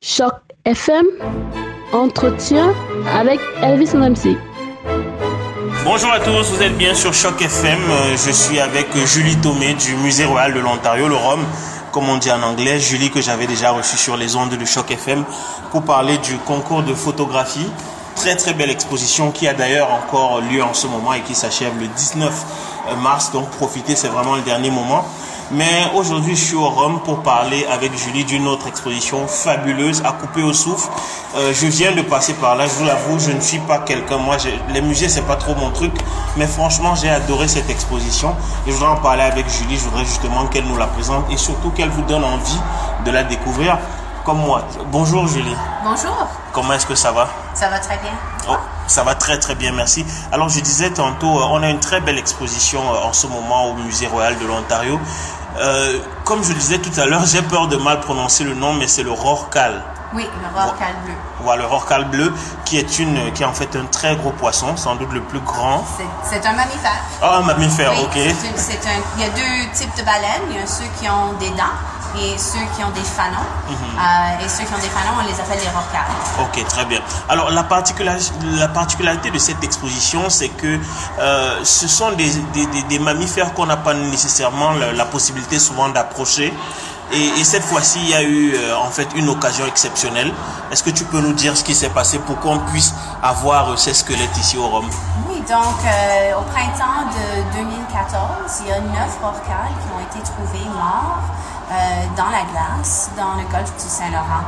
Choc FM, entretien avec Elvis MC. Bonjour à tous, vous êtes bien sur Choc FM. Je suis avec Julie Thomé du Musée Royal de l'Ontario, le ROM, comme on dit en anglais. Julie que j'avais déjà reçue sur les ondes de Choc FM pour parler du concours de photographie. Très très belle exposition qui a d'ailleurs encore lieu en ce moment et qui s'achève le 19 mars. Donc profitez, c'est vraiment le dernier moment. Mais aujourd'hui, je suis au ROM pour parler avec Julie d'une autre exposition fabuleuse, à couper au souffle. Je viens de passer par là, je vous l'avoue, je ne suis pas quelqu'un. Moi, les musées, c'est pas trop mon truc. Mais franchement, j'ai adoré cette exposition. Et je voudrais en parler avec Julie. Je voudrais justement qu'elle nous la présente et surtout qu'elle vous donne envie de la découvrir comme moi. Bonjour Julie. Bonjour. Comment est-ce que ça va? Ça va très bien. Oh, ça va très très bien, merci. Alors je disais tantôt, on a une très belle exposition en ce moment au Musée Royal de l'Ontario. Comme je disais tout à l'heure, j'ai peur de mal prononcer le nom, mais c'est le rorqual. Oui, le rorqual bleu. Voilà, le rorqual bleu, qui est en fait un très gros poisson, sans doute le plus grand. C'est un mammifère. Ah, un mammifère, oui, ok. Il y a deux types de baleines. Il y a ceux qui ont des dents et ceux qui ont des fanons. Et ceux qui ont des fanons, on les appelle les rorquals. Ok, très bien. Alors, la particularité de cette exposition, c'est que ce sont des mammifères qu'on n'a pas nécessairement la possibilité souvent d'approcher. Et cette fois-ci, il y a eu en fait une occasion exceptionnelle. Est-ce que tu peux nous dire ce qui s'est passé pour qu'on puisse avoir ces squelettes ici au ROM? Oui, donc au printemps de 2014, il y a 9 rorquals qui ont été trouvés morts dans la glace, dans le golfe du Saint-Laurent.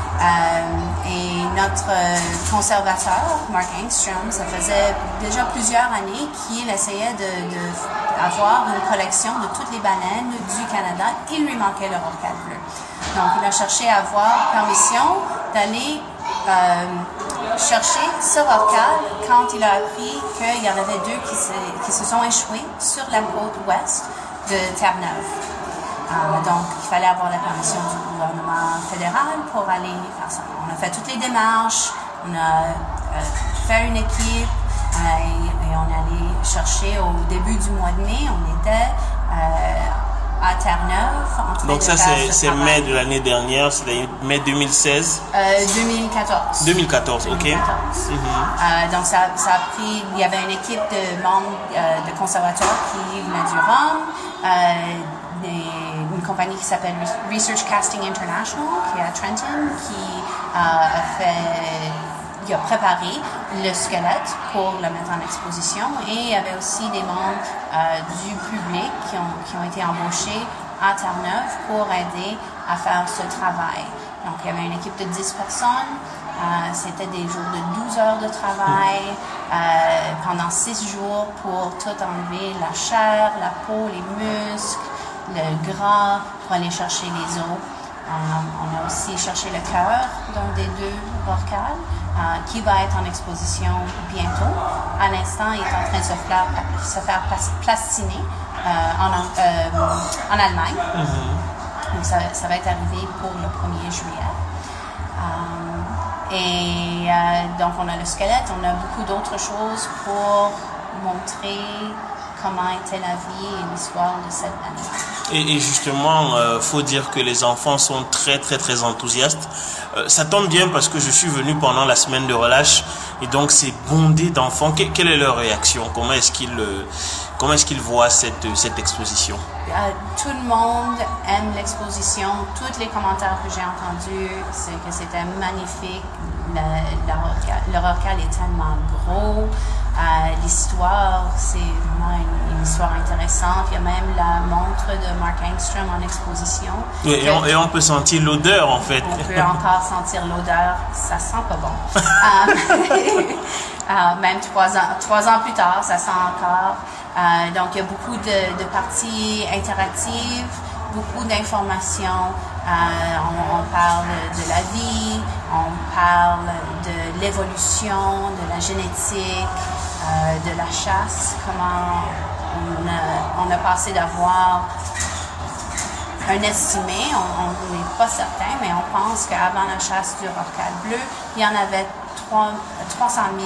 Et notre conservateur, Mark Engstrom, ça faisait déjà plusieurs années qu'il essayait d'avoir une collection de toutes les baleines du Canada. Il lui manquait le rorqual bleu. Donc, il a cherché à avoir permission d'aller chercher ce rorqual quand il a appris qu'il y en avait deux qui se sont échoués sur la côte ouest de Terre-Neuve. Donc, il fallait avoir la permission du gouvernement fédéral pour aller faire ça. On a fait toutes les démarches, on a fait une équipe et on allait chercher au début du mois de mai. On était à Terre-Neuve. Donc ça, c'est mai de l'année dernière, c'est mai 2016 2014. 2014, ok. 2014. Donc ça a pris, il y avait une équipe de membres de conservateurs qui venaient du ROM, une compagnie qui s'appelle Research Casting International, qui est à Trenton, qui a préparé le squelette pour le mettre en exposition. Et il y avait aussi des membres du public qui ont été embauchés à Terre-Neuve pour aider à faire ce travail. Donc, il y avait une équipe de 10 personnes. C'était des jours de 12 heures de travail pendant 6 jours pour tout enlever, la chair, la peau, les muscles, le gras, pour aller chercher les os. On a aussi cherché le cœur d'un des deux rorquals qui va être en exposition bientôt. À l'instant, il est en train de se faire plastiner en Allemagne. Donc ça va être arrivé pour le 1er juillet. Donc on a le squelette, on a beaucoup d'autres choses pour montrer comment était la vie et l'histoire de cette année. Et justement, faut dire que les enfants sont très très très enthousiastes. Ça tombe bien parce que je suis venu pendant la semaine de relâche et donc c'est bondé d'enfants. Quelle est leur réaction? Comment est-ce qu'ils voient cette exposition? Tout le monde aime l'exposition. Tous les commentaires que j'ai entendus, c'est que c'était magnifique. Le rorqual est tellement gros. L'histoire, c'est vraiment une histoire intéressante. Il y a même la montre de Mark Engstrom en exposition. Oui, et on peut sentir l'odeur en fait. On peut encore sentir l'odeur. Ça sent pas bon. Même 3 ans plus tard, ça sent encore. Donc, il y a beaucoup de parties interactives, beaucoup d'informations. On parle de la vie, on parle de l'évolution, de la génétique, de la chasse, comment on a passé d'avoir un estimé, on n'est pas certain, mais on pense qu'avant la chasse du rorqual bleu, il y en avait 300 000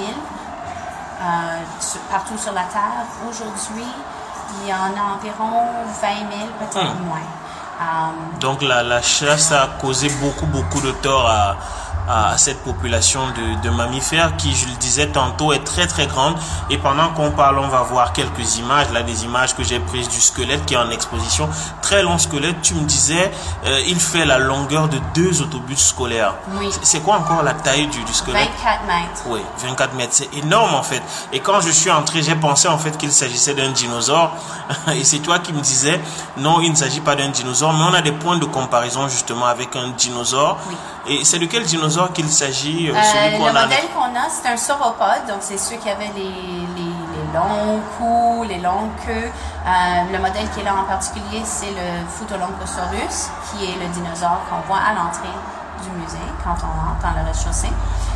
partout sur la Terre. Aujourd'hui, il y en a environ 20 000, peut-être moins. Donc la chasse a causé beaucoup de tort à cette population de mammifères qui, je le disais tantôt, est très grande. Et pendant qu'on parle, on va voir quelques images, là des images que j'ai prises du squelette qui est en exposition. Très long squelette, tu me disais, il fait la longueur de 2 autobus scolaires. Oui. C'est quoi encore la taille du squelette? 24 mètres. Oui, 24 mètres, c'est énorme en fait. Et quand je suis entré, j'ai pensé en fait qu'il s'agissait d'un dinosaure. Et c'est toi qui me disais, non, il ne s'agit pas d'un dinosaure, mais on a des points de comparaison justement avec un dinosaure. Oui. Et c'est de quel dinosaure qu'il s'agit? Le modèle qu'on a, c'est un sauropode, donc c'est ceux qui avaient les longs coups, les longues queues. Le modèle qui est là en particulier, c'est le Phytoloncosaurus, qui est le dinosaure qu'on voit à l'entrée du musée quand on rentre dans le rez-de-chaussée.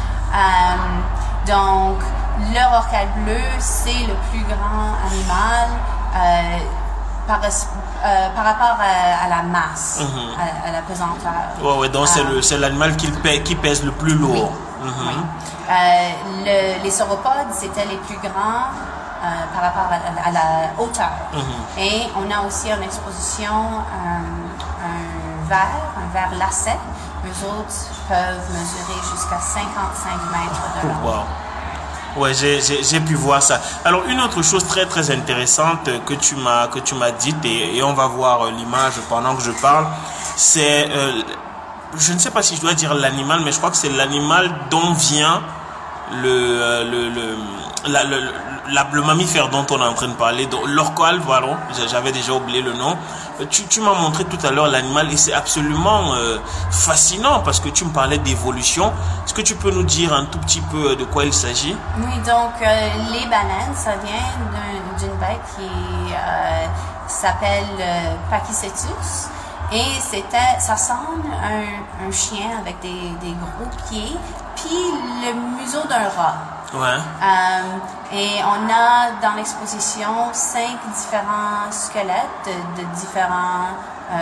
Donc, le rorqual bleu, c'est le plus grand animal par rapport à la masse, à la pesanteur. Ouais, donc c'est l'animal qui pèse le plus lourd. Oui. Oui. Les sauropodes, c'était les plus grands par rapport à la hauteur. Et on a aussi en exposition un ver lacet. Eux autres peuvent mesurer jusqu'à 55 mètres de long. Wow. Ouais, j'ai pu voir ça. Alors une autre chose très intéressante que tu m'as dite et on va voir l'image pendant que je parle, c'est je ne sais pas si je dois dire l'animal, mais je crois que c'est l'animal dont vient le mammifère dont on est en train de parler, l'orcal, voilà, j'avais déjà oublié le nom. Tu m'as montré tout à l'heure l'animal et c'est absolument fascinant parce que tu me parlais d'évolution. Est-ce que tu peux nous dire un tout petit peu de quoi il s'agit? Oui, donc les baleines, ça vient d'une bête qui s'appelle Pachycetus. Et ça semble un chien avec des gros pieds, puis le museau d'un rat. Ouais. Et on a dans l'exposition 5 différents squelettes de différentes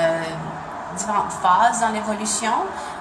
phases dans l'évolution.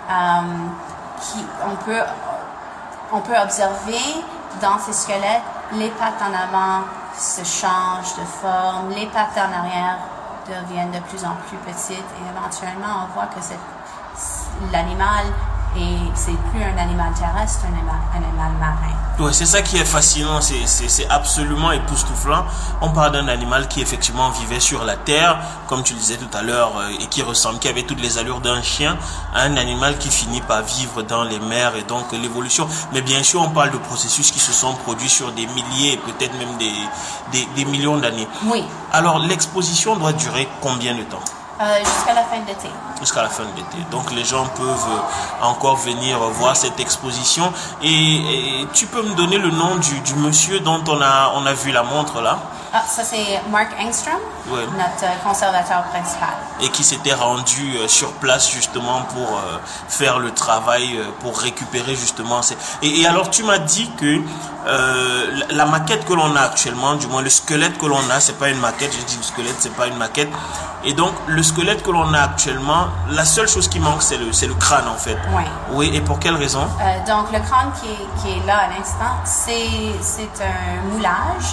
On peut observer dans ces squelettes les pattes en avant se changent de forme, les pattes en arrière deviennent de plus en plus petites et éventuellement on voit que l'animal c'est plus un animal terrestre, un animal marin. Ouais, c'est ça qui est fascinant, c'est absolument époustouflant. On parle d'un animal qui effectivement vivait sur la terre, comme tu le disais tout à l'heure, et qui avait toutes les allures d'un chien, à un animal qui finit par vivre dans les mers et donc l'évolution. Mais bien sûr, on parle de processus qui se sont produits sur des milliers et peut-être même des millions d'années. Oui. Alors, l'exposition doit durer combien de temps? Jusqu'à la fin de l'été. Jusqu'à la fin de l'été. Donc les gens peuvent encore venir voir cette exposition. Et tu peux me donner le nom du monsieur dont on a vu la montre là? Ah, ça c'est Mark Engstrom, oui, notre conservateur principal. Et qui s'était rendu sur place justement pour faire le travail, pour récupérer justement. Et alors tu m'as dit que la maquette que l'on a actuellement, du moins le squelette que l'on a, c'est pas une maquette, je dis le squelette, c'est pas une maquette. Et donc le squelette que l'on a actuellement, la seule chose qui manque c'est le crâne en fait. Oui. Oui, et pour quelle raison? Donc le crâne qui est là à l'instant, c'est un moulage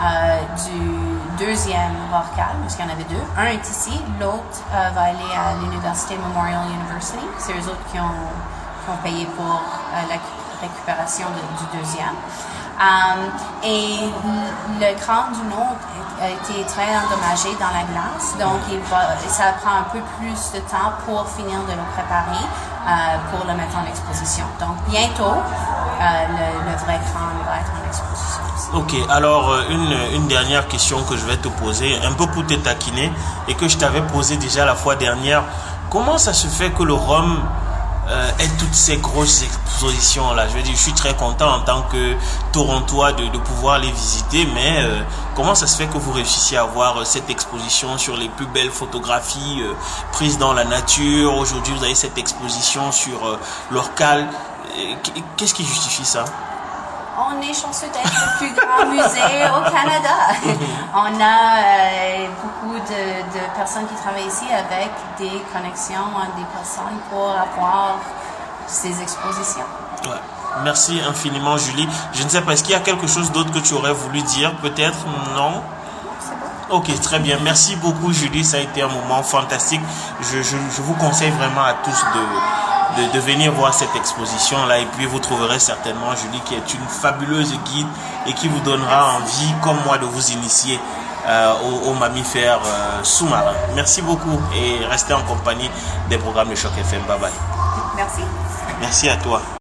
du deuxième rorqual, parce qu'il y en avait 2. Un est ici, l'autre va aller à l'université Memorial University. C'est eux autres qui ont payé pour la récupération du deuxième. Et le crâne du nôtre a été très endommagé dans la glace, donc ça prend un peu plus de temps pour finir de le préparer pour le mettre en exposition. Donc bientôt, le vrai crâne va être en exposition. Ok, alors une dernière question que je vais te poser, un peu pour te taquiner, et que je t'avais posé déjà la fois dernière. Comment ça se fait que le Rhum ait toutes ces grosses expositions là? Je veux dire, je suis très content en tant que Torontois de pouvoir les visiter, mais comment ça se fait que vous réussissiez à avoir cette exposition sur les plus belles photographies prises dans la nature? Aujourd'hui, vous avez cette exposition sur l'orcal. Qu'est-ce qui justifie ça? On est chanceux d'être le plus grand musée au Canada. On a beaucoup de personnes qui travaillent ici avec des connexions entre des personnes pour avoir ces expositions. Ouais. Merci infiniment, Julie. Je ne sais pas, est-ce qu'il y a quelque chose d'autre que tu aurais voulu dire? Peut-être? Non? C'est bon. Ok, très bien. Merci beaucoup, Julie. Ça a été un moment fantastique. Je vous conseille vraiment à tous de venir voir cette exposition-là. Et puis, vous trouverez certainement Julie qui est une fabuleuse guide et qui vous donnera envie, comme moi, de vous initier aux mammifères sous-marins. Merci beaucoup et restez en compagnie des programmes de Choc FM. Bye bye. Merci. Merci à toi.